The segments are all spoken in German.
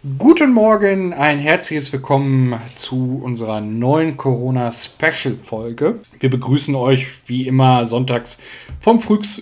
Guten Morgen, ein herzliches Willkommen zu unserer neuen Corona-Special-Folge. Wir begrüßen euch wie immer sonntags vom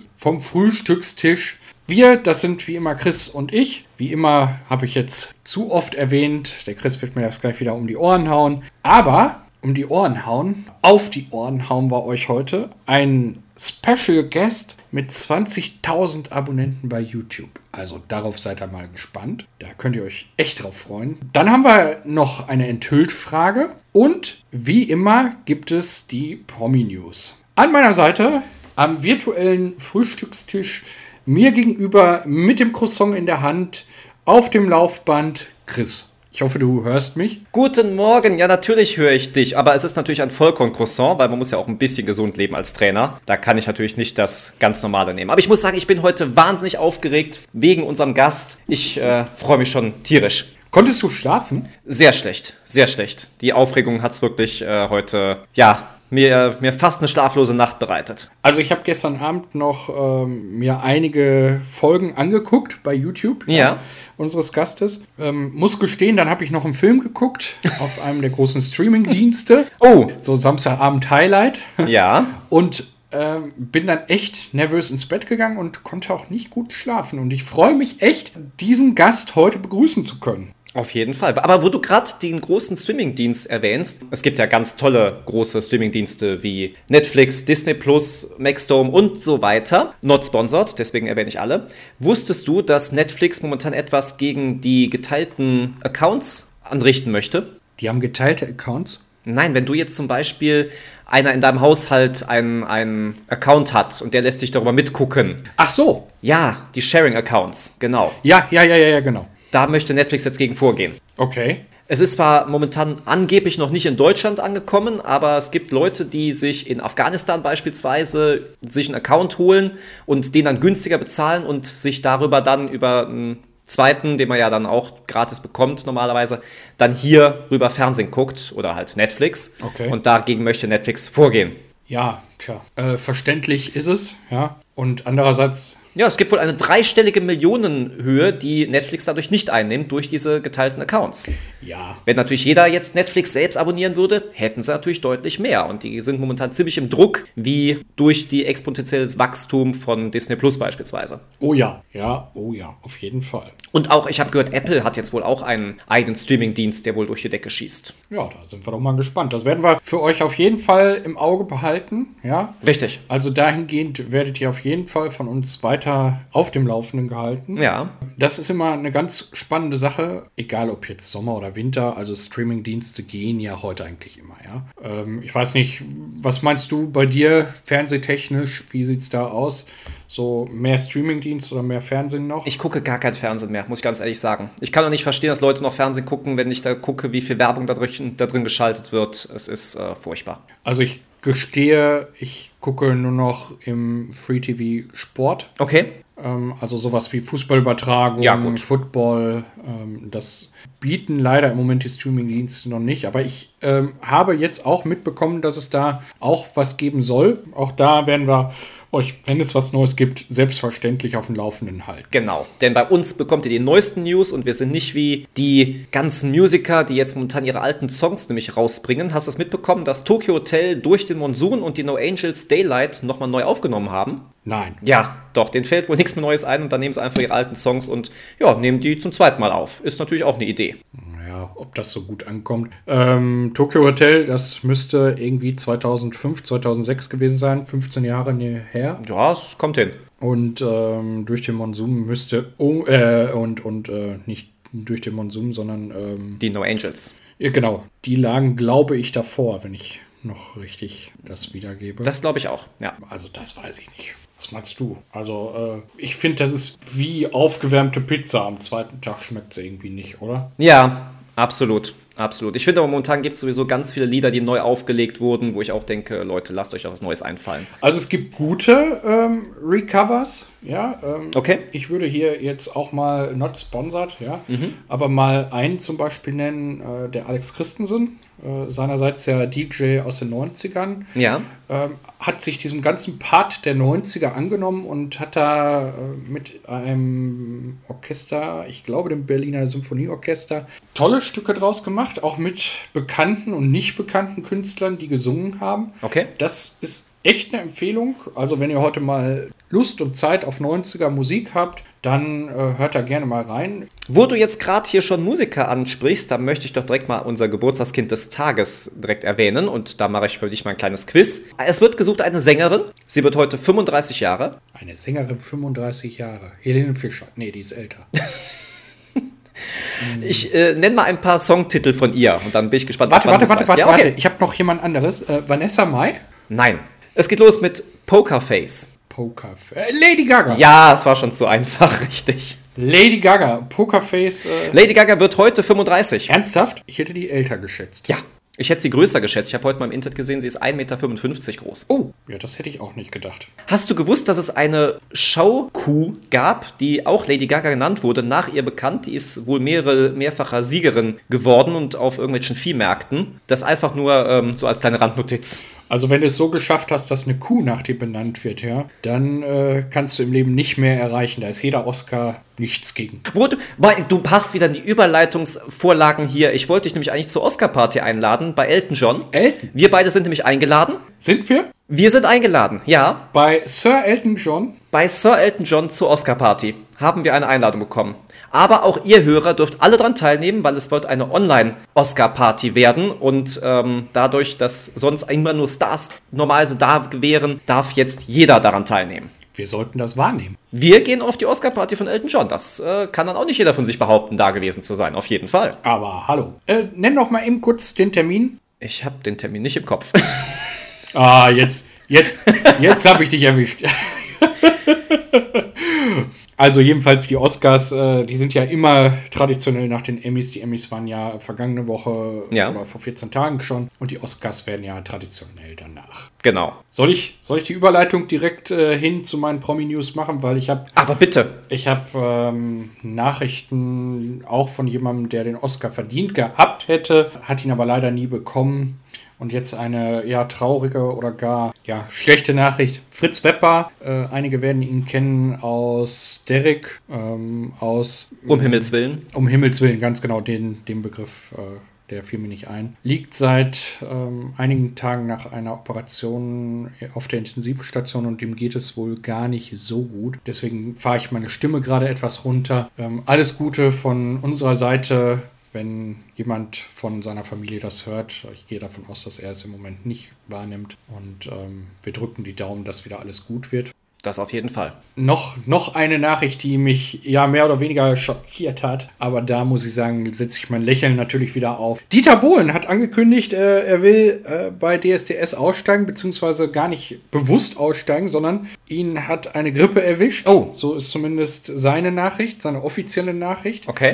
Frühstückstisch. Wir, das sind wie immer Chris und ich. Wie immer habe ich jetzt zu oft erwähnt, der Chris wird mir das gleich wieder um die Ohren hauen. Aber um die Ohren hauen, auf die Ohren hauen wir euch heute einen Special Guest mit 20.000 Abonnenten bei YouTube. Also darauf seid ihr mal gespannt. Da könnt ihr euch echt drauf freuen. Dann haben wir noch eine Enthüllt-Frage. Und wie immer gibt es die Promi-News. An meiner Seite, am virtuellen Frühstückstisch, mir gegenüber mit dem Croissant in der Hand, auf dem Laufband, Chris. Ich hoffe, du hörst mich. Guten Morgen, ja natürlich höre ich dich, aber es ist natürlich ein Vollkorn-Croissant, weil man muss ja auch ein bisschen gesund leben als Trainer. Da kann ich natürlich nicht das ganz Normale nehmen. Aber ich muss sagen, ich bin heute wahnsinnig aufgeregt wegen unserem Gast. Ich freue mich schon tierisch. Konntest du schlafen? Sehr schlecht, sehr schlecht. Die Aufregung hat es wirklich heute, mir fast eine schlaflose Nacht bereitet. Also ich habe gestern Abend noch mir einige Folgen angeguckt bei YouTube unseres Gastes. Muss gestehen, dann habe ich noch einen Film geguckt auf einem der großen Streaming-Dienste. Oh! So Samstagabend-Highlight. Ja. Und bin dann echt nervös ins Bett gegangen und konnte auch nicht gut schlafen. Und ich freue mich echt, diesen Gast heute begrüßen zu können. Auf jeden Fall. Aber wo du gerade den großen Streamingdienst erwähnst, es gibt ja ganz tolle große Streamingdienste wie Netflix, Disney+, Maxdome und so weiter. Not sponsored, deswegen erwähne ich alle. Wusstest du, dass Netflix momentan etwas gegen die geteilten Accounts anrichten möchte? Die haben geteilte Accounts? Nein, wenn du jetzt zum Beispiel einer in deinem Haushalt einen Account hat und der lässt dich darüber mitgucken. Ach so. Ja, die Sharing-Accounts, genau. Ja, genau. Da möchte Netflix jetzt gegen vorgehen. Okay. Es ist zwar momentan angeblich noch nicht in Deutschland angekommen, aber es gibt Leute, die sich in Afghanistan beispielsweise sich einen Account holen und den dann günstiger bezahlen und sich darüber dann über einen zweiten, den man ja dann auch gratis bekommt normalerweise, dann hier rüber Fernsehen guckt oder halt Netflix. Okay. Und dagegen möchte Netflix vorgehen. Ja, verständlich ist es, ja. Und andererseits... Ja, es gibt wohl eine dreistellige Millionenhöhe, die Netflix dadurch nicht einnimmt, durch diese geteilten Accounts. Ja. Wenn natürlich jeder jetzt Netflix selbst abonnieren würde, hätten sie natürlich deutlich mehr. Und die sind momentan ziemlich im Druck, wie durch die exponentielles Wachstum von Disney Plus beispielsweise. Oh ja, auf jeden Fall. Und auch, ich habe gehört, Apple hat jetzt wohl auch einen eigenen Streamingdienst, der wohl durch die Decke schießt. Ja, da sind wir doch mal gespannt. Das werden wir für euch auf jeden Fall im Auge behalten, ja. Richtig. Also dahingehend werdet ihr auf jeden Fall von uns weiter auf dem Laufenden gehalten. Ja. Das ist immer eine ganz spannende Sache, egal ob jetzt Sommer oder Winter, also Streamingdienste gehen ja heute eigentlich immer, ja. Ich weiß nicht, was meinst du bei dir fernsehtechnisch, wie sieht's da aus? So mehr Streamingdienst oder mehr Fernsehen noch? Ich gucke gar kein Fernsehen mehr, muss ich ganz ehrlich sagen. Ich kann doch nicht verstehen, dass Leute noch Fernsehen gucken, wenn ich da gucke, wie viel Werbung da drin geschaltet wird. Es ist furchtbar. Also ich gestehe, ich gucke nur noch im Free-TV Sport. Okay. Also sowas wie Fußballübertragung, ja, gut. Football. Das bieten leider im Moment die Streamingdienste noch nicht. Aber ich habe jetzt auch mitbekommen, dass es da auch was geben soll. Auch da werden wir euch, wenn es was Neues gibt, selbstverständlich auf dem Laufenden halten. Genau, denn bei uns bekommt ihr die neuesten News und wir sind nicht wie die ganzen Musiker, die jetzt momentan ihre alten Songs nämlich rausbringen. Hast du es mitbekommen, dass Tokyo Hotel durch den Monsun und die No Angels Daylight nochmal neu aufgenommen haben? Nein. Ja, doch, denen fällt wohl nichts mehr Neues ein und dann nehmen sie einfach ihre alten Songs und nehmen die zum zweiten Mal auf. Ist natürlich auch eine Idee. Naja, ob das so gut ankommt. Tokyo Hotel, das müsste irgendwie 2005, 2006 gewesen sein, 15 Jahre her. Ja, es kommt hin. Und durch den Monsun müsste, nicht durch den Monsun, sondern... die No Angels. Ja, genau, die lagen, glaube ich, davor, wenn ich noch richtig das wiedergebe. Das glaube ich auch, ja. Also das weiß ich nicht. Was meinst du? Also ich finde, das ist wie aufgewärmte Pizza. Am zweiten Tag schmeckt sie irgendwie nicht, oder? Ja, absolut. Absolut. Ich finde aber momentan gibt es sowieso ganz viele Lieder, die neu aufgelegt wurden, wo ich auch denke, Leute, lasst euch auch was Neues einfallen. Also es gibt gute Recovers, ja. Okay. Ich würde hier jetzt auch mal, not sponsored, ja, aber mal einen zum Beispiel nennen, der Alex Christensen, seinerseits ja DJ aus den 90ern. Ja. Hat sich diesem ganzen Part der 90er angenommen und hat da mit einem Orchester, ich glaube dem Berliner Symphonieorchester, tolle Stücke draus gemacht, auch mit bekannten und nicht bekannten Künstlern, die gesungen haben. Okay. Das ist echt eine Empfehlung. Also wenn ihr heute mal Lust und Zeit auf 90er Musik habt, dann hört da gerne mal rein. Wo du jetzt gerade hier schon Musiker ansprichst, da möchte ich doch direkt mal unser Geburtstagskind des Tages direkt erwähnen und da mache ich für dich mal ein kleines Quiz. Es wird gesucht eine Sängerin, sie wird heute 35 Jahre. Eine Sängerin 35 Jahre. Helene Fischer. Nee, die ist älter. Ich nenne mal ein paar Songtitel von ihr und dann bin ich gespannt. Warte. Ja, okay. Ich habe noch jemand anderes. Vanessa Mai? Nein. Es geht los mit Pokerface. Lady Gaga. Ja, es war schon zu einfach, richtig. Lady Gaga. Pokerface. Lady Gaga wird heute 35. Ernsthaft? Ich hätte die älter geschätzt. Ja. Ich hätte sie größer geschätzt. Ich habe heute mal im Internet gesehen, sie ist 1,55 Meter groß. Oh, ja, das hätte ich auch nicht gedacht. Hast du gewusst, dass es eine Schaukuh gab, die auch Lady Gaga genannt wurde, nach ihr bekannt? Die ist wohl mehrfacher Siegerin geworden und auf irgendwelchen Viehmärkten. Das einfach nur so als kleine Randnotiz. Also wenn du es so geschafft hast, dass eine Kuh nach dir benannt wird, ja, dann kannst du im Leben nicht mehr erreichen. Da ist jeder Oscar nichts gegen. Du hast wieder die Überleitungsvorlagen hier. Ich wollte dich nämlich eigentlich zur Oscar-Party einladen bei Elton John. Elton? Wir beide sind nämlich eingeladen. Sind wir? Wir sind eingeladen, ja. Bei Sir Elton John? Bei Sir Elton John zur Oscar-Party haben wir eine Einladung bekommen. Aber auch ihr Hörer dürft alle dran teilnehmen, weil es wird eine Online-Oscar-Party werden. Und dadurch, dass sonst immer nur Stars normalerweise da wären, darf jetzt jeder daran teilnehmen. Wir sollten das wahrnehmen. Wir gehen auf die Oscar-Party von Elton John. Das kann dann auch nicht jeder von sich behaupten, da gewesen zu sein. Auf jeden Fall. Aber hallo. Nenn doch mal eben kurz den Termin. Ich habe den Termin nicht im Kopf. Ah, jetzt habe ich dich erwischt. Also jedenfalls die Oscars, die sind ja immer traditionell nach den Emmys. Die Emmys waren ja vergangene Woche oder vor 14 Tagen schon. Und die Oscars werden ja traditionell danach. Genau. Soll ich die Überleitung direkt hin zu meinen Promi-News machen? Weil ich habe... Aber bitte. Ich habe Nachrichten auch von jemandem, der den Oscar verdient gehabt hätte, hat ihn aber leider nie bekommen. Und jetzt eine eher traurige oder gar schlechte Nachricht. Fritz Wepper, einige werden ihn kennen aus Derrick, aus... Um Himmels Willen. Um Himmels Willen, ganz genau, den Begriff, der fiel mir nicht ein. Liegt seit einigen Tagen nach einer Operation auf der Intensivstation und dem geht es wohl gar nicht so gut. Deswegen fahre ich meine Stimme gerade etwas runter. Alles Gute von unserer Seite. Wenn jemand von seiner Familie das hört, ich gehe davon aus, dass er es im Moment nicht wahrnimmt. Und wir drücken die Daumen, dass wieder alles gut wird. Das auf jeden Fall. Noch eine Nachricht, die mich mehr oder weniger schockiert hat. Aber da muss ich sagen, setze ich mein Lächeln natürlich wieder auf. Dieter Bohlen hat angekündigt, er will bei DSDS aussteigen, beziehungsweise gar nicht bewusst aussteigen, sondern ihn hat eine Grippe erwischt. Oh. So ist zumindest seine Nachricht, seine offizielle Nachricht. Okay.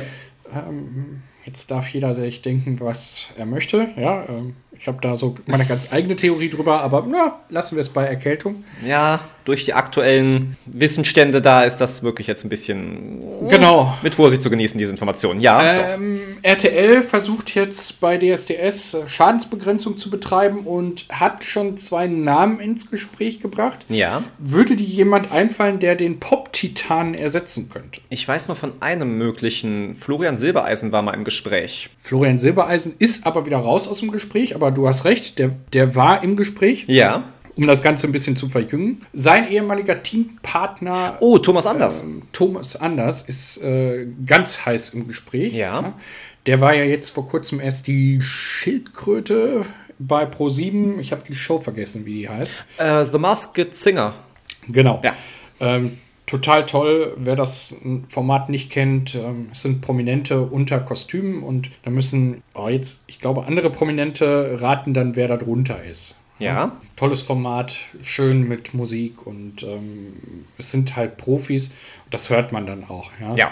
Jetzt darf jeder sich denken, was er möchte. Ja, ich habe da so meine ganz eigene Theorie drüber, aber lassen wir es bei Erkältung. Ja, durch die aktuellen Wissensstände da ist das wirklich jetzt ein bisschen mit Vorsicht zu genießen, diese Informationen. Ja. RTL versucht jetzt bei DSDS Schadensbegrenzung zu betreiben und hat schon 2 Namen ins Gespräch gebracht. Ja. Würde dir jemand einfallen, der den Pop-Titan ersetzen könnte? Ich weiß nur von einem möglichen. Florian Silbereisen war mal im Gespräch. Florian Silbereisen ist aber wieder raus aus dem Gespräch, aber du hast recht, der war im Gespräch. Ja. Um das Ganze ein bisschen zu verjüngen. Sein ehemaliger Teampartner... Oh, Thomas Anders. Thomas Anders ist ganz heiß im Gespräch. Ja. Der war ja jetzt vor kurzem erst die Schildkröte bei Pro7. Ich habe die Show vergessen, wie die heißt. The Masked Singer. Genau. Ja. Total toll, wer das Format nicht kennt, es sind Prominente unter Kostümen und da müssen ich glaube, andere Prominente raten dann, wer da drunter ist. Ja. Tolles Format, schön mit Musik und es sind halt Profis. Das hört man dann auch. Ja.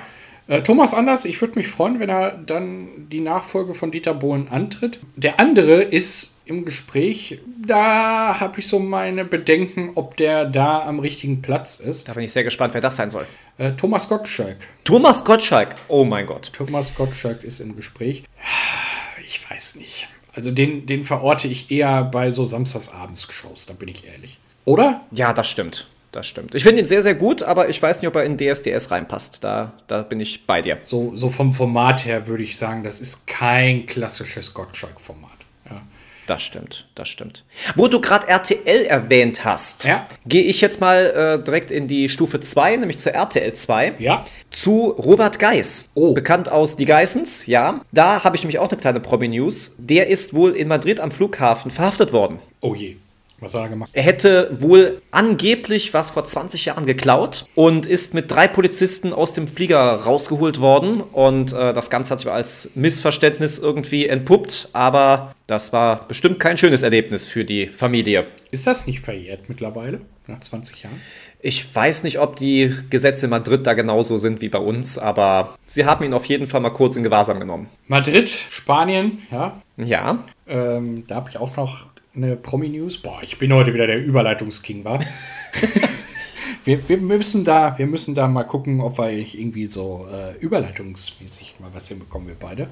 Thomas Anders, ich würde mich freuen, wenn er dann die Nachfolge von Dieter Bohlen antritt. Der andere ist im Gespräch. Da habe ich so meine Bedenken, ob der da am richtigen Platz ist. Da bin ich sehr gespannt, wer das sein soll. Thomas Gottschalk. Thomas Gottschalk, oh mein Gott. Thomas Gottschalk ist im Gespräch. Ich weiß nicht. Also den verorte ich eher bei so Samstagsabends-Shows, da bin ich ehrlich. Oder? Ja, das stimmt. Das stimmt. Ich finde ihn sehr, sehr gut, aber ich weiß nicht, ob er in DSDS reinpasst. Da bin ich bei dir. So vom Format her würde ich sagen, das ist kein klassisches Gottschalk-Format. Ja. Das stimmt. Wo du gerade RTL erwähnt hast, gehe ich jetzt mal direkt in die Stufe 2, nämlich zur RTL 2. Ja. Zu Robert Geis. Bekannt aus Die Geissens, ja. Da habe ich nämlich auch eine kleine Promi-News. Der ist wohl in Madrid am Flughafen verhaftet worden. Oh je. Was hat er gemacht? Er hätte wohl angeblich was vor 20 Jahren geklaut und ist mit 3 Polizisten aus dem Flieger rausgeholt worden. Und das Ganze hat sich als Missverständnis irgendwie entpuppt. Aber das war bestimmt kein schönes Erlebnis für die Familie. Ist das nicht verjährt mittlerweile, nach 20 Jahren? Ich weiß nicht, ob die Gesetze in Madrid da genauso sind wie bei uns. Aber sie haben ihn auf jeden Fall mal kurz in Gewahrsam genommen. Madrid, Spanien, ja. Ja. Da habe ich auch noch eine Promi-News. Boah, ich bin heute wieder der Überleitungsking, wa? wir müssen da mal gucken, ob wir irgendwie so überleitungsmäßig mal was hinbekommen, wir beide.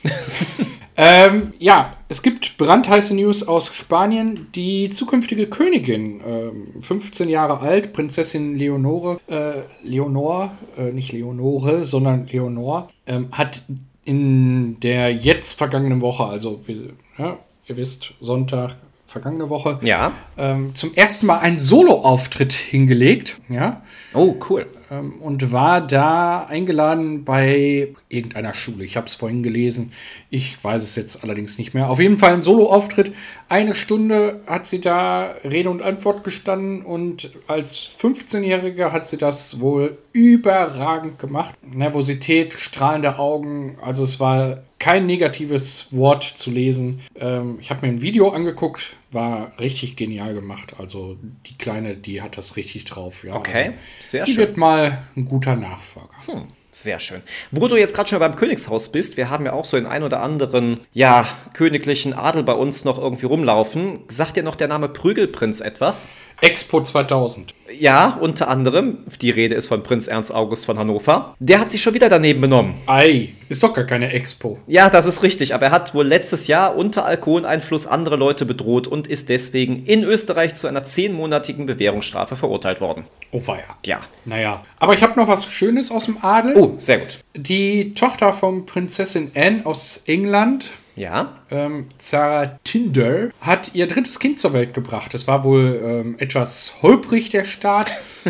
Es gibt brandheiße News aus Spanien. Die zukünftige Königin, 15 Jahre alt, Prinzessin Leonor, nicht Leonore, sondern Leonor, hat in der jetzt vergangenen Woche, also ihr wisst, Sonntag, vergangene Woche, zum ersten Mal einen Solo-Auftritt hingelegt. Ja. Oh, cool. Und war da eingeladen bei irgendeiner Schule. Ich habe es vorhin gelesen. Ich weiß es jetzt allerdings nicht mehr. Auf jeden Fall ein Solo-Auftritt. 1 Stunde hat sie da Rede und Antwort gestanden und als 15-Jährige hat sie das wohl überragend gemacht. Nervosität, strahlende Augen. Also es war kein negatives Wort zu lesen. Ich habe mir ein Video angeguckt. War richtig genial gemacht. Also die Kleine, die hat das richtig drauf. Ja. Okay, also, sehr schön. Die wird mal ein guter Nachfolger. Sehr schön. Wo du jetzt gerade schon beim Königshaus bist, wir haben ja auch so den ein oder anderen, königlichen Adel bei uns noch irgendwie rumlaufen. Sagt dir noch der Name Prügelprinz etwas? Expo 2000. Ja, unter anderem. Die Rede ist von Prinz Ernst August von Hannover. Der hat sich schon wieder daneben benommen. Ei, ist doch gar keine Expo. Ja, das ist richtig. Aber er hat wohl letztes Jahr unter Alkoholeinfluss andere Leute bedroht und ist deswegen in Österreich zu einer 10-monatigen Bewährungsstrafe verurteilt worden. Oh weia. Ja. Naja, aber ich habe noch was Schönes aus dem Adel. Oh, sehr gut. Die Tochter von Prinzessin Anne aus England, ja. Sarah Tinder, hat ihr 3. Kind zur Welt gebracht. Es war wohl etwas holprig, der Start.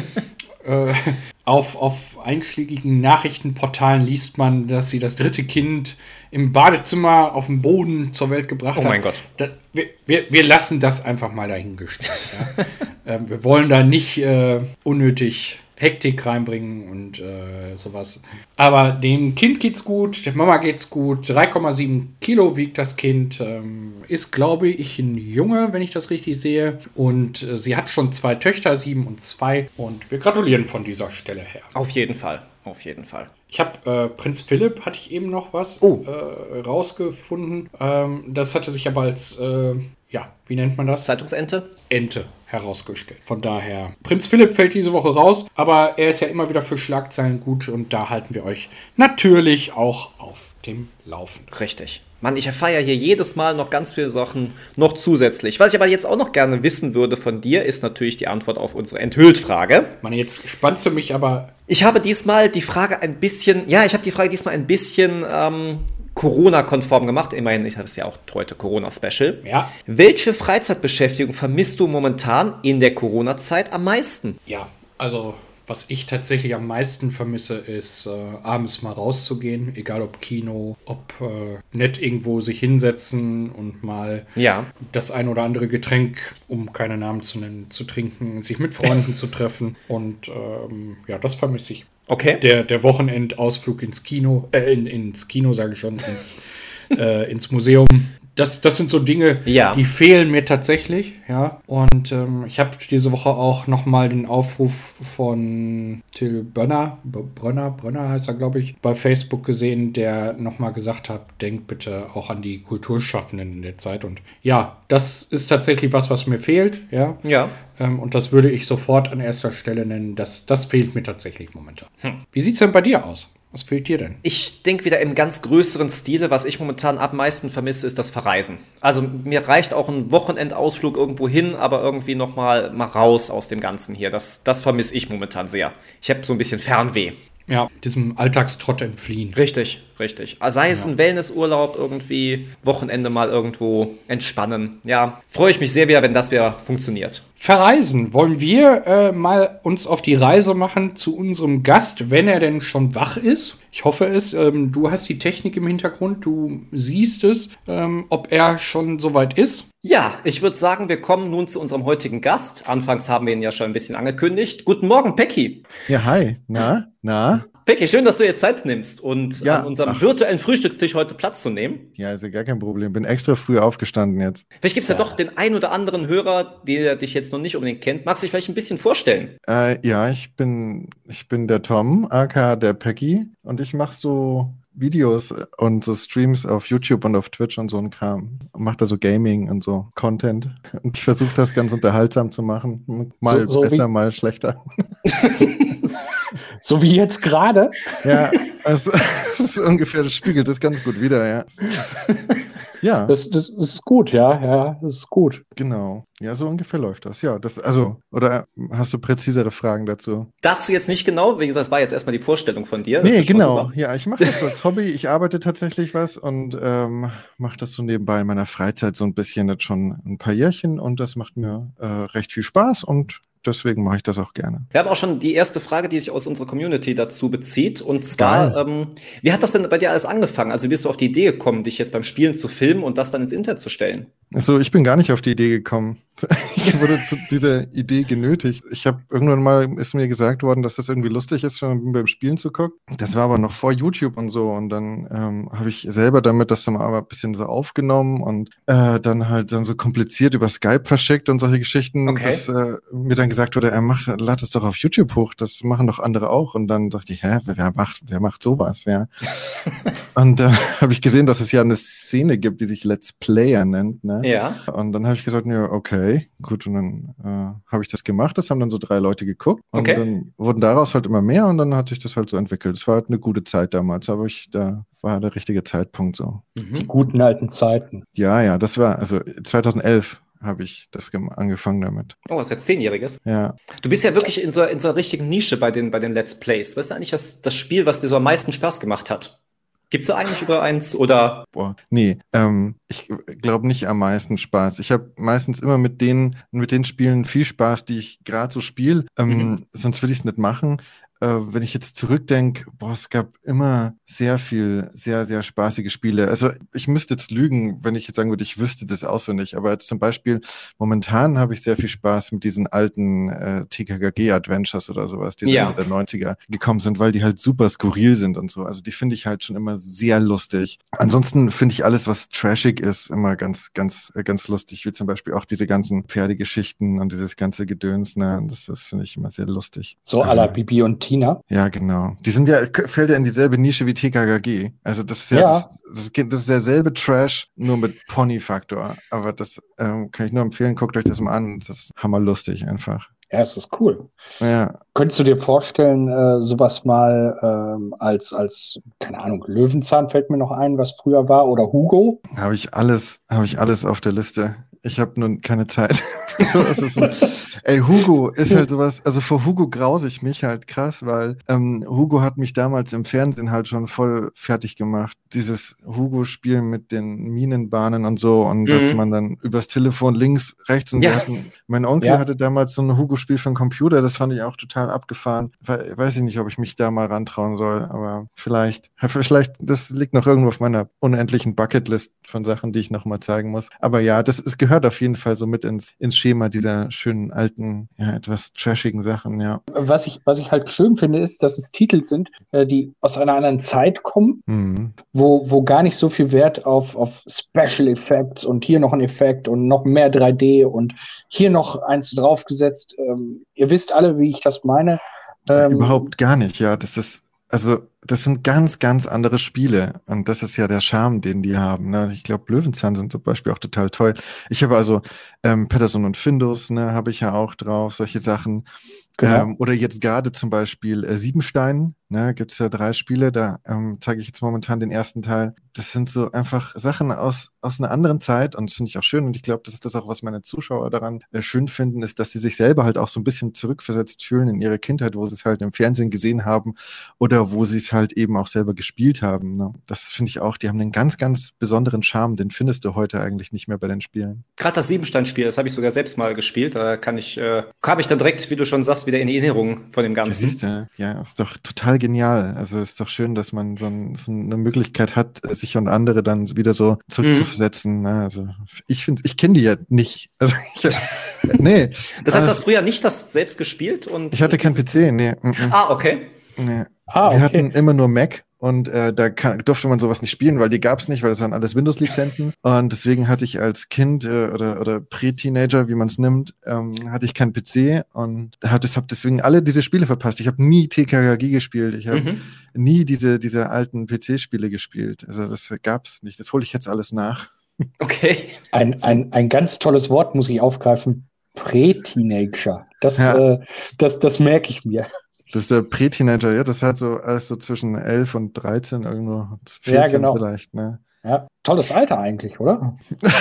Auf einschlägigen Nachrichtenportalen liest man, dass sie das 3. Kind im Badezimmer auf dem Boden zur Welt gebracht hat. Oh mein Gott. Wir lassen das einfach mal dahingestellt. Ja? Wir wollen da nicht unnötig Hektik reinbringen und sowas. Aber dem Kind geht's gut, der Mama geht's gut. 3,7 Kilo wiegt das Kind. Ist, glaube ich, ein Junge, wenn ich das richtig sehe. Und sie hat schon 2 Töchter, 7 und 2. Und wir gratulieren von dieser Stelle her. Auf jeden Fall. Auf jeden Fall. Ich habe Prinz Philipp, hatte ich eben noch was rausgefunden. Das hatte sich aber als, wie nennt man das? Zeitungsente? Ente herausgestellt. Von daher, Prinz Philipp fällt diese Woche raus, aber er ist ja immer wieder für Schlagzeilen gut und da halten wir euch natürlich auch auf dem Laufenden. Richtig. Mann, ich erfahre ja hier jedes Mal noch ganz viele Sachen noch zusätzlich. Was ich aber jetzt auch noch gerne wissen würde von dir, ist natürlich die Antwort auf unsere Enthüllt-Frage. Mann, jetzt spannst du mich aber... Ich habe diesmal die Frage ein bisschen, Corona-konform gemacht. Immerhin, ich habe es ja auch heute Corona-Special. Ja. Welche Freizeitbeschäftigung vermisst du momentan in der Corona-Zeit am meisten? Ja, also was ich tatsächlich am meisten vermisse, ist abends mal rauszugehen. Egal ob Kino, ob nett irgendwo sich hinsetzen und mal das ein oder andere Getränk, um keine Namen zu nennen, zu trinken, sich mit Freunden zu treffen. Und das vermisse ich. Okay. Der Wochenendausflug ins Kino, ins Kino sage ich schon, ins Museum, Das sind so Dinge, Ja. die fehlen mir tatsächlich, ja. Und ich habe diese Woche auch nochmal den Aufruf von Till Brönner heißt er, glaube ich, bei Facebook gesehen, der nochmal gesagt hat, denkt bitte auch an die Kulturschaffenden in der Zeit. Und ja, das ist tatsächlich was mir fehlt, ja. Ja. Und das würde ich sofort an erster Stelle nennen. Das fehlt mir tatsächlich momentan. Wie sieht's denn bei dir aus? Was fehlt dir denn? Ich denke wieder im ganz größeren Stile, was ich momentan am meisten vermisse, ist das Verreisen. Also mir reicht auch ein Wochenendausflug irgendwo hin, aber irgendwie noch mal raus aus dem Ganzen hier. Das vermisse ich momentan sehr. Ich habe so ein bisschen Fernweh. Ja, diesem Alltagstrott entfliehen. Richtig. Sei es ein Wellnessurlaub, irgendwie Wochenende mal irgendwo entspannen. Ja, freue ich mich sehr wieder, wenn das wieder funktioniert. Verreisen. Wollen wir mal uns auf die Reise machen zu unserem Gast, wenn er denn schon wach ist? Ich hoffe es. Du hast die Technik im Hintergrund, du siehst es, ob er schon soweit ist. Ja, ich würde sagen, wir kommen nun zu unserem heutigen Gast. Anfangs haben wir ihn ja schon ein bisschen angekündigt. Guten Morgen, Pecki. Ja, hi. Na? Pecki, schön, dass du dir Zeit nimmst und Ja, an unserem virtuellen Frühstückstisch heute Platz zu nehmen. Ja, ist ja gar kein Problem. Bin extra früh aufgestanden jetzt. Vielleicht gibt es ja doch den ein oder anderen Hörer, der dich jetzt noch nicht unbedingt kennt. Magst du dich vielleicht ein bisschen vorstellen? Ja, ich bin der Tom, aka der Peggy, und ich mache so Videos und so Streams auf YouTube und auf Twitch und so ein Kram. Mache da so Gaming und so Content. Und ich versuche das ganz unterhaltsam zu machen. Mal So besser, mal schlechter. So wie jetzt gerade? Ja, das ist ungefähr, das spiegelt das ganz gut wider, ja. Ja, Das ist gut, ja, das ist gut. genau. Ja, so ungefähr läuft das. Ja, oder hast du präzisere Fragen dazu? Dazu jetzt nicht genau, wie gesagt, das war jetzt erstmal die Vorstellung von dir. Das Nee, ist schon genau. super. Ja, ich mache das als Hobby. Ich arbeite tatsächlich was und mache das so nebenbei in meiner Freizeit so ein bisschen, jetzt schon ein paar Jährchen, und das macht mir recht viel Spaß, und deswegen mache ich das auch gerne. Wir haben auch schon die erste Frage, die sich aus unserer Community dazu bezieht. Und zwar, wie hat das denn bei dir alles angefangen? Also wie bist du auf die Idee gekommen, dich jetzt beim Spielen zu filmen und das dann ins Internet zu stellen? Also ich bin gar nicht auf die Idee gekommen. Ich wurde zu dieser Idee genötigt. Irgendwann mal ist mir gesagt worden, dass das irgendwie lustig ist, wenn man beim Spielen zu gucken. Das war aber noch vor YouTube und so. Und dann habe ich selber damit das dann aber ein bisschen so aufgenommen und dann halt dann so kompliziert über Skype verschickt und solche Geschichten, Okay. dass mir dann gesagt wurde, lad es doch auf YouTube hoch, das machen doch andere auch. Und dann dachte ich, wer macht sowas, ja? Und da habe ich gesehen, dass es ja eine Szene gibt, die sich Let's Player nennt, ne? Ja. Und dann habe ich gesagt, ja, okay, gut. Und dann habe ich das gemacht. Das haben dann so 3 Leute geguckt. Und Okay. dann wurden daraus halt immer mehr, und dann hat sich das halt so entwickelt. Es war halt eine gute Zeit damals, aber da war der richtige Zeitpunkt so. Die guten alten Zeiten. Ja, das war, also 2011 habe ich das angefangen damit. Oh, das ist jetzt 10-Jähriges. Ja. Du bist ja wirklich in so einer richtigen Nische bei den Let's Plays. Was ist eigentlich das Spiel, was dir so am meisten Spaß gemacht hat? Gibt's da eigentlich über eins oder? Boah, nee, ich glaube nicht am meisten Spaß. Ich habe meistens immer mit den Spielen viel Spaß, die ich gerade so spiele. Sonst würde ich es nicht machen. Wenn ich jetzt zurückdenke, es gab immer sehr viel, sehr, sehr spaßige Spiele. Also ich müsste jetzt lügen, wenn ich jetzt sagen würde, ich wüsste das auswendig. Aber jetzt zum Beispiel, momentan habe ich sehr viel Spaß mit diesen alten TKKG-Adventures oder sowas, die Ja. Ende der 90er gekommen sind, weil die halt super skurril sind und so. Also die finde ich halt schon immer sehr lustig. Ansonsten finde ich alles, was trashig ist, immer ganz, ganz, ganz lustig, wie zum Beispiel auch diese ganzen Pferdegeschichten und dieses ganze Gedöns. Ne? Das finde ich immer sehr lustig. So à la Bibi und Tina. Ja, genau. Die fällt ja in dieselbe Nische wie TKKG. Also das ist ja, das ist derselbe Trash, nur mit Pony-Faktor. Aber das kann ich nur empfehlen, guckt euch das mal an. Das ist hammerlustig einfach. Ja, es ist cool. Ja. Könntest du dir vorstellen, sowas mal als, keine Ahnung, Löwenzahn fällt mir noch ein, was früher war, oder Hugo? Habe ich alles auf der Liste. Ich habe nur keine Zeit. Hugo ist halt sowas, also vor Hugo grause ich mich halt krass, weil Hugo hat mich damals im Fernsehen halt schon voll fertig gemacht. Dieses Hugo-Spiel mit den Minenbahnen und so, und dass man dann übers Telefon links, rechts und mein Onkel hatte damals so ein Hugo-Spiel für den Computer, das fand ich auch total abgefahren. Weiß ich nicht, ob ich mich da mal rantrauen soll, aber vielleicht, das liegt noch irgendwo auf meiner unendlichen Bucketlist von Sachen, die ich noch mal zeigen muss. Aber ja, es gehört auf jeden Fall so mit ins Schema dieser schönen alten alten, etwas trashigen Sachen, ja. Was ich halt schön finde, ist, dass es Titel sind, die aus einer anderen Zeit kommen, wo gar nicht so viel Wert auf Special Effects und hier noch ein Effekt und noch mehr 3D und hier noch eins draufgesetzt. Ihr wisst alle, wie ich das meine. Überhaupt gar nicht, ja. Das sind ganz, ganz andere Spiele. Und das ist ja der Charme, den die haben. Ne? Ich glaube, Löwenzahn sind zum Beispiel auch total toll. Ich habe also Peterson und Findus, ne, habe ich ja auch drauf, solche Sachen. Genau. Oder jetzt gerade zum Beispiel Siebenstein, ne, gibt es ja 3 Spiele, da zeige ich jetzt momentan den ersten Teil. Das sind so einfach Sachen aus einer anderen Zeit und das finde ich auch schön und ich glaube, das ist das auch, was meine Zuschauer daran schön finden, ist, dass sie sich selber halt auch so ein bisschen zurückversetzt fühlen in ihre Kindheit, wo sie es halt im Fernsehen gesehen haben oder wo sie es halt eben auch selber gespielt haben. Ne? Das finde ich auch, die haben einen ganz, ganz besonderen Charme, den findest du heute eigentlich nicht mehr bei den Spielen. Gerade das Siebenstein-Spiel, das habe ich sogar selbst mal gespielt. Da kam ich dann direkt, wie du schon sagst, wieder in die Erinnerung von dem Ganzen. Siehst du, ja, ist doch total genial. Also ist doch schön, dass man so eine Möglichkeit hat, sich und andere dann wieder so zurückzuversetzen. Ne? Also ich kenne die ja nicht. Also nee. Das heißt, du hast früher nicht das selbst gespielt? Und ich hatte kein PC, nee. Okay. Nee. Ah, okay. Wir hatten immer nur Mac und da durfte man sowas nicht spielen, weil die gab es nicht, weil das waren alles Windows-Lizenzen. Und deswegen hatte ich als Kind oder Prä-Teenager, wie man es nimmt, hatte ich keinen PC und habe deswegen alle diese Spiele verpasst. Ich habe nie TKKG gespielt, ich habe nie diese alten PC-Spiele gespielt. Also das gab es nicht. Das hole ich jetzt alles nach. Okay. Ein ganz tolles Wort muss ich aufgreifen. Prä-Teenager. Das merke ich mir. Das ist der Prä-Teenager, ja, das ist halt so alles so zwischen 11 und 13, irgendwo 14 vielleicht, ne? Ja, tolles Alter eigentlich, oder?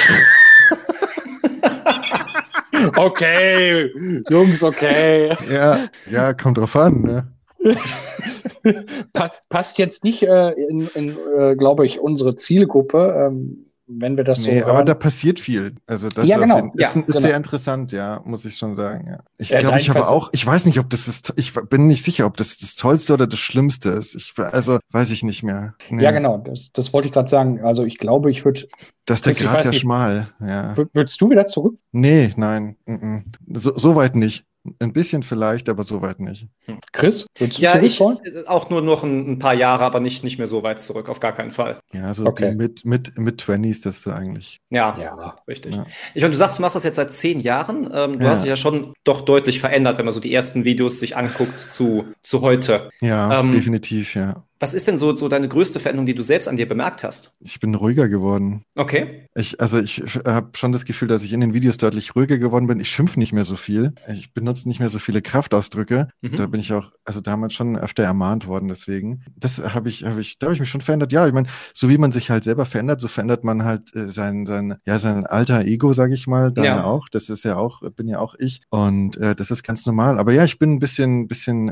Okay, Jungs, okay. Ja, kommt drauf an, ne? Passt jetzt nicht in glaube ich, unsere Zielgruppe, wenn wir das so hören. Aber da passiert viel. Also das genau. ist sehr interessant, ja, muss ich schon sagen. Ja. Ich weiß nicht, ob ich bin nicht sicher, ob das Tollste oder das Schlimmste ist. Weiß ich nicht mehr. Nee. Ja, genau, das wollte ich gerade sagen. Also ich glaube, ich würde... Das ist der Grad ja schmal, ja. Würdest du wieder zurück? Nee, nein. So weit nicht. Ein bisschen vielleicht, aber so weit nicht. Chris, würdest du ja, ich zurückfallen? auch nur noch ein paar Jahre, aber nicht mehr so weit zurück, auf gar keinen Fall. Ja, so okay. Die mit 20s, das du eigentlich. Ja, richtig. Ja. Ich meine, du sagst, du machst das jetzt seit 10 Jahren. Du hast dich ja schon doch deutlich verändert, wenn man so die ersten Videos sich anguckt zu heute. Ja, definitiv, ja. Was ist denn so deine größte Veränderung, die du selbst an dir bemerkt hast? Ich bin ruhiger geworden. Okay. Ich habe schon das Gefühl, dass ich in den Videos deutlich ruhiger geworden bin. Ich schimpfe nicht mehr so viel. Ich benutze nicht mehr so viele Kraftausdrücke. Da bin ich auch, also damals schon öfter ermahnt worden, deswegen. Da habe ich mich schon verändert. Ja, ich meine, so wie man sich halt selber verändert, so verändert man halt sein alter Ego, sage ich mal, da auch. Das ist ja auch, bin ja auch ich. Und das ist ganz normal. Aber ja, ich bin ein bisschen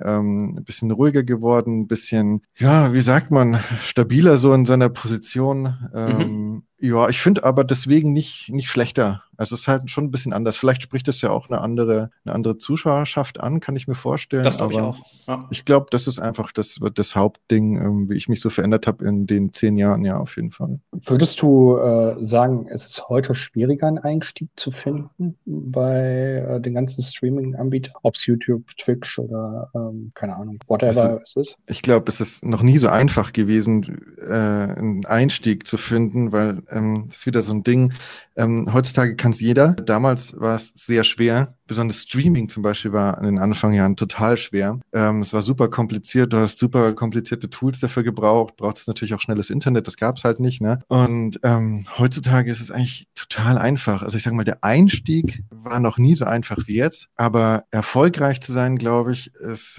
ruhiger geworden, ein bisschen, wie sagt man, stabiler so in seiner Position. Ja, ich finde aber deswegen nicht schlechter. Also es ist halt schon ein bisschen anders. Vielleicht spricht es ja auch eine andere Zuschauerschaft an, kann ich mir vorstellen. Das glaube ich auch. Ja. Ich glaube, das ist einfach das Hauptding, wie ich mich so verändert habe in den 10 Jahren, ja, auf jeden Fall. Würdest du sagen, es ist heute schwieriger, einen Einstieg zu finden bei den ganzen Streaming-Anbietern? Ob es YouTube, Twitch oder, keine Ahnung, whatever es ist? Ich glaube, es ist noch nie so einfach gewesen, einen Einstieg zu finden, weil das ist wieder so ein Ding. Heutzutage kann es jeder. Damals war es sehr schwer. Besonders Streaming zum Beispiel war in den Anfangsjahren total schwer. Es war super kompliziert. Du hast super komplizierte Tools dafür gebraucht. Brauchtest natürlich auch schnelles Internet. Das gab es halt nicht, ne? Und heutzutage ist es eigentlich total einfach. Also ich sage mal, der Einstieg war noch nie so einfach wie jetzt. Aber erfolgreich zu sein, glaube ich, ist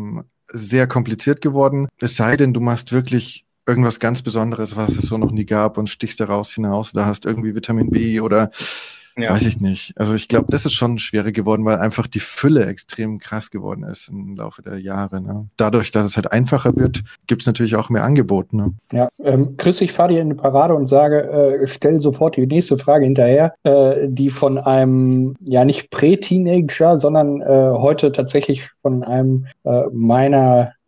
sehr kompliziert geworden. Es sei denn, du machst wirklich irgendwas ganz Besonderes, was es so noch nie gab und stichst daraus hinaus. Da hast irgendwie Vitamin B oder weiß ich nicht. Also ich glaube, das ist schon schwerer geworden, weil einfach die Fülle extrem krass geworden ist im Laufe der Jahre. Ne? Dadurch, dass es halt einfacher wird, gibt es natürlich auch mehr Angebote. Ne? Ja, Chris, ich fahre dir in eine Parade und sage, stell sofort die nächste Frage hinterher, die von einem, ja nicht Prä-Teenager, sondern heute tatsächlich von einem meiner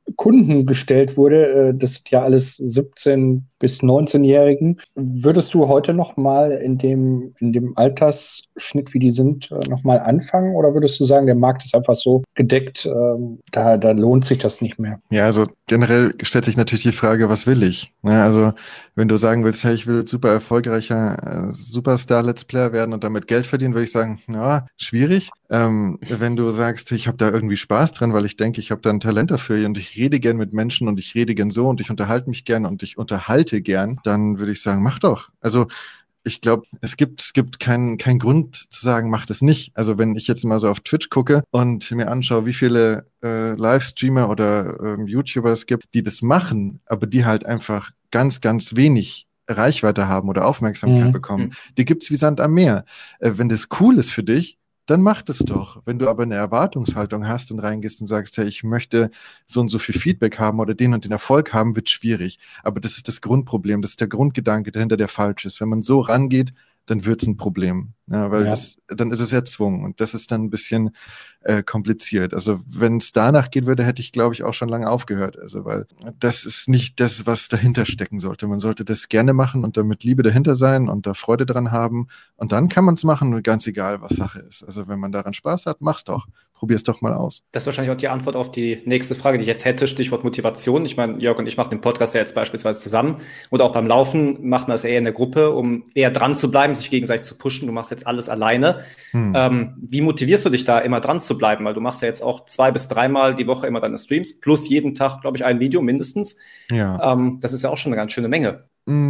Kunden gestellt wurde, das sind ja alles 17- bis 19-Jährigen. Würdest du heute noch mal in dem Altersschnitt, wie die sind, noch mal anfangen? Oder würdest du sagen, der Markt ist einfach so gedeckt, da lohnt sich das nicht mehr? Ja, also generell stellt sich natürlich die Frage, was will ich? Ne, also wenn du sagen willst, hey, ich will super erfolgreicher Superstar-Let's Player werden und damit Geld verdienen, würde ich sagen, ja, schwierig. Wenn du sagst, ich habe da irgendwie Spaß dran, weil ich denke, ich habe da ein Talent dafür und ich rede gern mit Menschen und ich rede gern so und ich unterhalte mich gern und ich unterhalte gern, dann würde ich sagen, mach doch. Also ich glaube, es gibt keinen Grund zu sagen, mach das nicht. Also wenn ich jetzt mal so auf Twitch gucke und mir anschaue, wie viele Livestreamer oder YouTuber es gibt, die das machen, aber die halt einfach ganz, ganz wenig Reichweite haben oder Aufmerksamkeit bekommen, die gibt's wie Sand am Meer. Wenn das cool ist für dich, dann mach das doch. Wenn du aber eine Erwartungshaltung hast und reingehst und sagst, hey, ich möchte so und so viel Feedback haben oder den und den Erfolg haben, wird schwierig. Aber das ist das Grundproblem, das ist der Grundgedanke dahinter, der falsch ist. Wenn man so rangeht, dann wird es ein Problem. Ja, weil dann ist es erzwungen und das ist dann ein bisschen kompliziert. Also wenn es danach gehen würde, hätte ich, glaube ich, auch schon lange aufgehört. Also weil das ist nicht das, was dahinter stecken sollte. Man sollte das gerne machen und damit Liebe dahinter sein und da Freude dran haben. Und dann kann man es machen, ganz egal, was Sache ist. Also wenn man daran Spaß hat, mach's doch. Probier's doch mal aus. Das ist wahrscheinlich auch die Antwort auf die nächste Frage, die ich jetzt hätte, Stichwort Motivation. Ich meine, Jörg und ich machen den Podcast ja jetzt beispielsweise zusammen und auch beim Laufen macht man das eher in der Gruppe, um eher dran zu bleiben, sich gegenseitig zu pushen. Du machst jetzt alles alleine. Wie motivierst du dich da, immer dran zu bleiben? Weil du machst ja jetzt auch 2 bis 3 Mal die Woche immer deine Streams, plus jeden Tag, glaube ich, ein Video mindestens. Ja. Das ist ja auch schon eine ganz schöne Menge.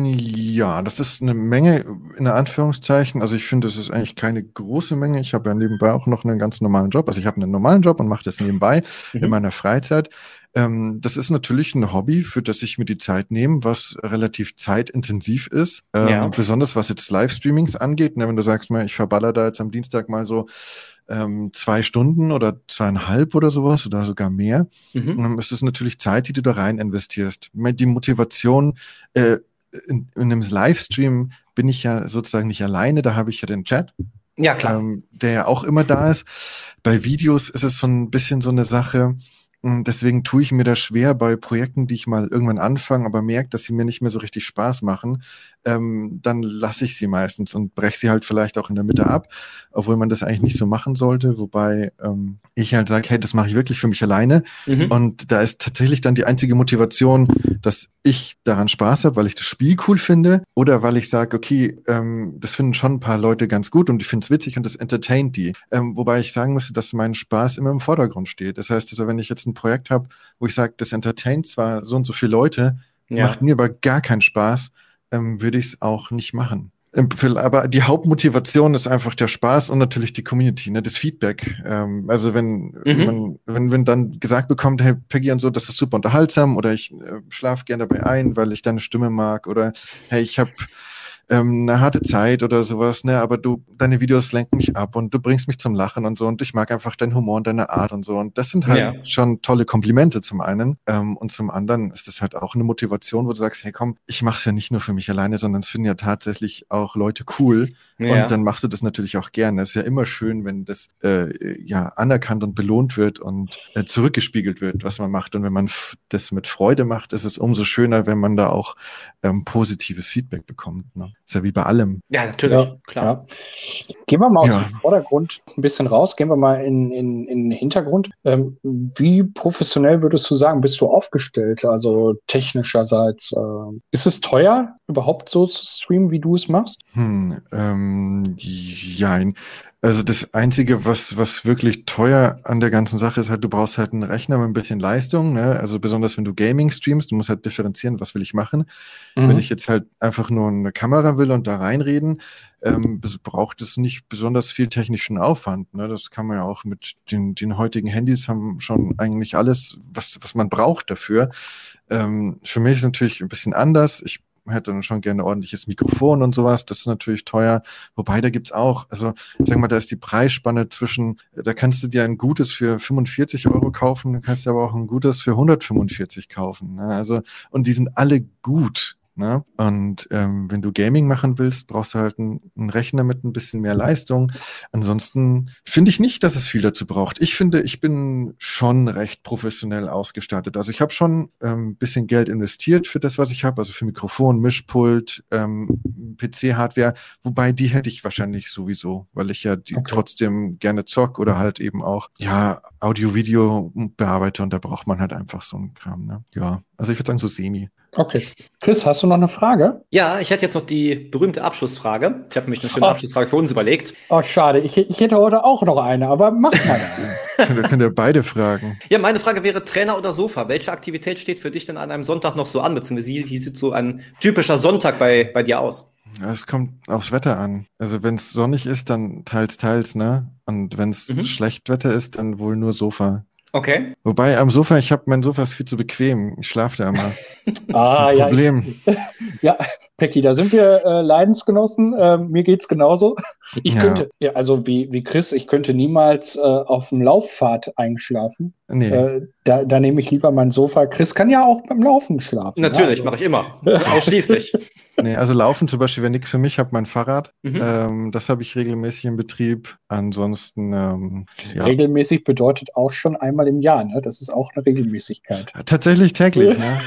Ja, das ist eine Menge in Anführungszeichen. Also ich finde, das ist eigentlich keine große Menge. Ich habe ja nebenbei auch noch einen ganz normalen Job. Also ich habe einen normalen Job und mache das nebenbei in meiner Freizeit. Das ist natürlich ein Hobby, für das ich mir die Zeit nehme, was relativ zeitintensiv ist. Besonders was jetzt Livestreamings angeht. Ne, wenn du sagst mal, ich verballer da jetzt am Dienstag mal so 2 Stunden oder 2,5 oder sowas oder sogar mehr. Es ist natürlich Zeit, die du da rein investierst. Die Motivation in einem Livestream bin ich ja sozusagen nicht alleine, da habe ich ja den Chat. Ja, klar. Der ja auch immer da ist. Bei Videos ist es so ein bisschen so eine Sache. Und deswegen tue ich mir da schwer bei Projekten, die ich mal irgendwann anfange, aber merke, dass sie mir nicht mehr so richtig Spaß machen. Dann lasse ich sie meistens und breche sie halt vielleicht auch in der Mitte ab, obwohl man das eigentlich nicht so machen sollte. Wobei ich halt sage, hey, das mache ich wirklich für mich alleine. Und da ist tatsächlich dann die einzige Motivation, dass ich daran Spaß habe, weil ich das Spiel cool finde oder weil ich sage, okay, das finden schon ein paar Leute ganz gut und ich finde es witzig und das entertaint die. Wobei ich sagen müsste, dass mein Spaß immer im Vordergrund steht. Das heißt, also, wenn ich jetzt ein Projekt habe, wo ich sage, das entertaint zwar so und so viele Leute, macht mir aber gar keinen Spaß, würde ich es auch nicht machen. Aber die Hauptmotivation ist einfach der Spaß und natürlich die Community, ne, das Feedback. Also wenn dann gesagt bekommt, hey Peggy und so, das ist super unterhaltsam oder ich schlafe gerne dabei ein, weil ich deine Stimme mag oder hey, ich habe eine harte Zeit oder sowas, ne, aber deine Videos lenken mich ab und du bringst mich zum Lachen und so und ich mag einfach deinen Humor und deine Art und so und das sind halt schon tolle Komplimente zum einen und zum anderen ist das halt auch eine Motivation, wo du sagst, hey komm, ich mache es ja nicht nur für mich alleine, sondern es finden ja tatsächlich auch Leute cool und dann machst du das natürlich auch gerne. Es ist ja immer schön, wenn das anerkannt und belohnt wird und zurückgespiegelt wird, was man macht und wenn man das mit Freude macht, ist es umso schöner, wenn man da auch positives Feedback bekommt, ne? Ist ja wie bei allem. Ja, natürlich, klar. Ja. Gehen wir mal aus dem Vordergrund ein bisschen raus, gehen wir mal in den Hintergrund. Wie professionell würdest du sagen, bist du aufgestellt, also technischerseits? Ist es teuer, überhaupt so zu streamen, wie du es machst? Jein. Also das Einzige, was wirklich teuer an der ganzen Sache ist, halt, du brauchst halt einen Rechner mit ein bisschen Leistung, ne? Also besonders wenn du Gaming streamst, du musst halt differenzieren, was will ich machen. Wenn ich jetzt halt einfach nur eine Kamera will und da reinreden, braucht es nicht besonders viel technischen Aufwand, ne? Das kann man ja auch mit den heutigen Handys haben schon eigentlich alles, was man braucht dafür. Für mich ist es natürlich ein bisschen anders. Ich hätte dann schon gerne ein ordentliches Mikrofon und sowas. Das ist natürlich teuer. Wobei, da gibt's auch, also sag mal, da ist die Preisspanne zwischen, da kannst du dir ein gutes für 45 € kaufen, du kannst dir aber auch ein gutes für 145 kaufen. Ne? Also, und die sind alle gut. Ne? Und wenn du Gaming machen willst, brauchst du halt einen Rechner mit ein bisschen mehr Leistung. Ansonsten finde ich nicht, dass es viel dazu braucht. Ich finde, ich bin schon recht professionell ausgestattet. Also ich habe schon ein bisschen Geld investiert für das, was ich habe, also für Mikrofon, Mischpult, PC-Hardware, wobei die hätte ich wahrscheinlich sowieso, weil ich ja trotzdem gerne zock oder halt eben auch Audio-Video bearbeite und da braucht man halt einfach so einen Kram. Ne? Ja, also ich würde sagen so semi. Okay. Chris, hast du noch eine Frage? Ja, ich hätte jetzt noch die berühmte Abschlussfrage. Ich habe mich eine schöne Abschlussfrage für uns überlegt. Oh, schade. Ich hätte heute auch noch eine, aber mach mal eine. Könnt ihr beide fragen. Ja, meine Frage wäre Trainer oder Sofa. Welche Aktivität steht für dich denn an einem Sonntag noch so an? Beziehungsweise wie sieht so ein typischer Sonntag bei dir aus? Es kommt aufs Wetter an. Also wenn es sonnig ist, dann teils, ne? Und wenn es schlecht Wetter ist, dann wohl nur Sofa. Okay. Wobei am Sofa, mein Sofa ist viel zu bequem. Ich schlafe da immer. Das ist ein Problem. Ja, Pecki, da sind wir Leidensgenossen. Mir geht's genauso. Ich könnte, also wie Chris, ich könnte niemals auf dem Lauffahrt einschlafen. Nee. Da nehme ich lieber mein Sofa. Chris kann ja auch beim Laufen schlafen. Natürlich, mache ich immer. Ausschließlich. Nee, also Laufen zum Beispiel wäre nichts für mich. Ich habe mein Fahrrad. Das habe ich regelmäßig in Betrieb. Ansonsten, Regelmäßig bedeutet auch schon einmal im Jahr, ne? Das ist auch eine Regelmäßigkeit. Tatsächlich täglich, ne?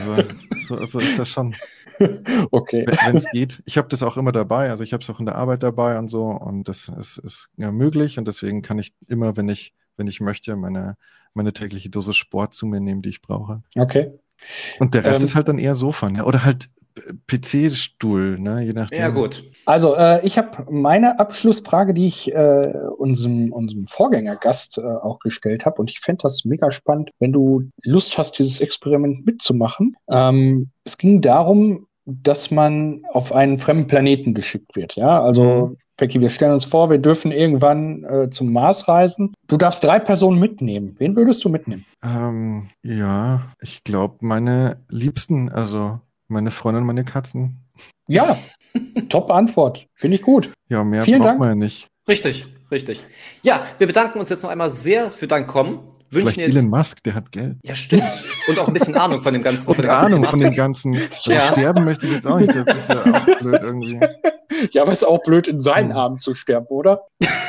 Also so ist das schon. Okay. Wenn es geht. Ich habe das auch immer dabei. Also ich habe es auch in der Arbeit dabei und so. Und das ist möglich. Und deswegen kann ich immer, wenn ich möchte, meine tägliche Dose Sport zu mir nehmen, die ich brauche. Okay. Und der Rest ist halt dann eher Sofa, ne? Oder halt PC-Stuhl, ne? Je nachdem. Ja, gut. Also, ich habe meine Abschlussfrage, die ich unserem Vorgängergast auch gestellt habe. Und ich fände das mega spannend, wenn du Lust hast, dieses Experiment mitzumachen. Es ging darum, dass man auf einen fremden Planeten geschickt wird. Ja, also Pecki, wir stellen uns vor, wir dürfen irgendwann zum Mars reisen. Du darfst 3 Personen mitnehmen. Wen würdest du mitnehmen? Ja, ich glaube, meine Liebsten, also meine Freundin und meine Katzen. Ja, top Antwort. Finde ich gut. Ja, mehr Vielen braucht Dank. man ja nicht. Richtig. Ja, wir bedanken uns jetzt noch einmal sehr für dein Kommen. Vielleicht Elon Musk, der hat Geld. Ja, stimmt. Und auch ein bisschen Ahnung von dem Ganzen. Und Ahnung von dem Ganzen. Sterben möchte ich jetzt auch nicht. Das ist ja auch blöd irgendwie. Ja, aber es ist auch blöd, in seinen Armen zu sterben, oder?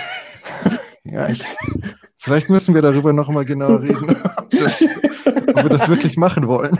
Ja, vielleicht müssen wir darüber noch mal genauer reden, ob wir das wirklich machen wollen.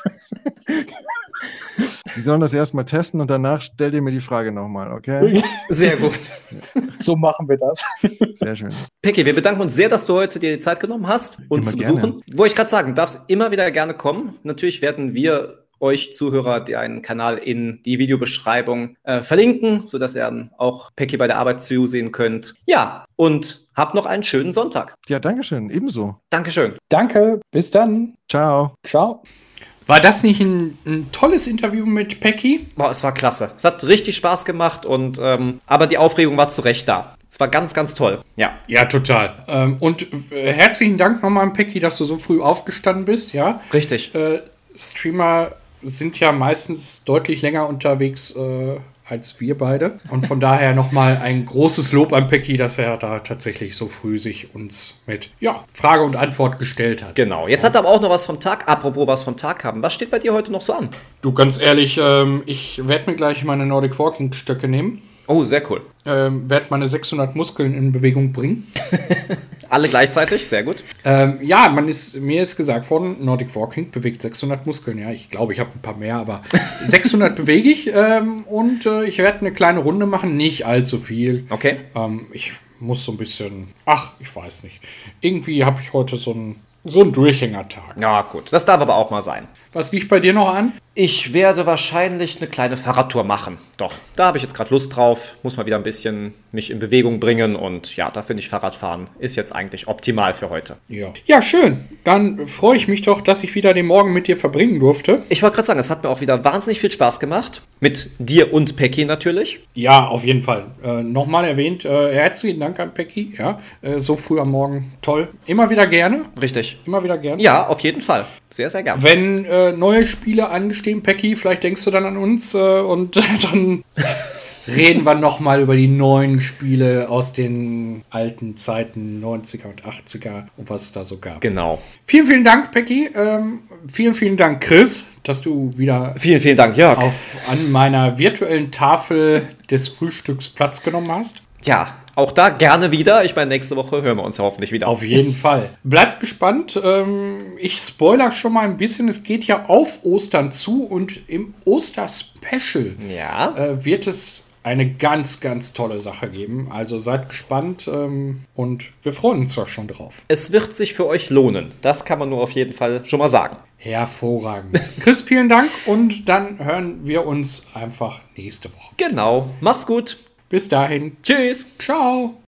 Sie sollen das erstmal testen und danach stellt ihr mir die Frage nochmal, okay? Sehr gut. So machen wir das. Sehr schön. Pecki, wir bedanken uns sehr, dass du heute dir die Zeit genommen hast, uns zu besuchen. Wollte ich gerade sagen, du darfst immer wieder gerne kommen. Natürlich werden wir euch Zuhörer einen Kanal in die Videobeschreibung verlinken, sodass ihr dann auch Pecki bei der Arbeit zusehen könnt. Ja, und habt noch einen schönen Sonntag. Ja, dankeschön. Ebenso. Dankeschön. Danke. Bis dann. Ciao. Ciao. War das nicht ein tolles Interview mit Pecki? Boah, es war klasse. Es hat richtig Spaß gemacht und aber die Aufregung war zu Recht da. Es war ganz, ganz toll. Ja. Ja, total. Und herzlichen Dank nochmal an Pecki, dass du so früh aufgestanden bist, ja? Richtig. Streamer sind ja meistens deutlich länger unterwegs als wir beide. Und von daher nochmal ein großes Lob an Pecki, dass er da tatsächlich so früh sich uns mit Frage und Antwort gestellt hat. Genau. Jetzt hat er aber auch noch was vom Tag. Apropos was vom Tag haben. Was steht bei dir heute noch so an? Du, ganz ehrlich, ich werde mir gleich meine Nordic Walking Stöcke nehmen. Oh, sehr cool. Werde meine 600 Muskeln in Bewegung bringen. Alle gleichzeitig, sehr gut. Mir ist gesagt worden, Nordic Walking bewegt 600 Muskeln. Ja, ich glaube, ich habe ein paar mehr, aber 600 bewege ich. Und ich werde eine kleine Runde machen, nicht allzu viel. Okay. Ich muss so ein bisschen, ich weiß nicht. Irgendwie habe ich heute so einen Durchhängertag. Ja, gut. Das darf aber auch mal sein. Was liegt bei dir noch an? Ich werde wahrscheinlich eine kleine Fahrradtour machen. Doch, da habe ich jetzt gerade Lust drauf. Muss mal wieder ein bisschen mich in Bewegung bringen. Und ja, da finde ich Fahrradfahren ist jetzt eigentlich optimal für heute. Ja, schön. Dann freue ich mich doch, dass ich wieder den Morgen mit dir verbringen durfte. Ich wollte gerade sagen, es hat mir auch wieder wahnsinnig viel Spaß gemacht. Mit dir und Pecki natürlich. Ja, auf jeden Fall. Nochmal erwähnt, herzlichen Dank an Pecki. Ja, so früh am Morgen. Toll. Immer wieder gerne. Richtig. Immer wieder gerne. Ja, auf jeden Fall. Sehr, sehr gerne. Wenn neue Spiele anstehen, Pecki, vielleicht denkst du dann an uns und dann reden wir nochmal über die neuen Spiele aus den alten Zeiten, 90er und 80er und was es da so gab. Genau. Vielen, vielen Dank, Becky. Vielen, vielen Dank, Chris, dass du wieder Vielen, vielen Dank, Jörg. an meiner virtuellen Tafel des Frühstücks Platz genommen hast. Ja, auch da gerne wieder. Ich meine, nächste Woche hören wir uns hoffentlich wieder. Auf jeden Fall. Bleibt gespannt. Ich spoiler schon mal ein bisschen. Es geht ja auf Ostern zu und im Oster-Special wird es eine ganz, ganz tolle Sache geben. Also seid gespannt und wir freuen uns doch schon drauf. Es wird sich für euch lohnen. Das kann man nur auf jeden Fall schon mal sagen. Hervorragend. Chris, vielen Dank und dann hören wir uns einfach nächste Woche. Genau. Mach's gut. Bis dahin. Tschüss. Ciao.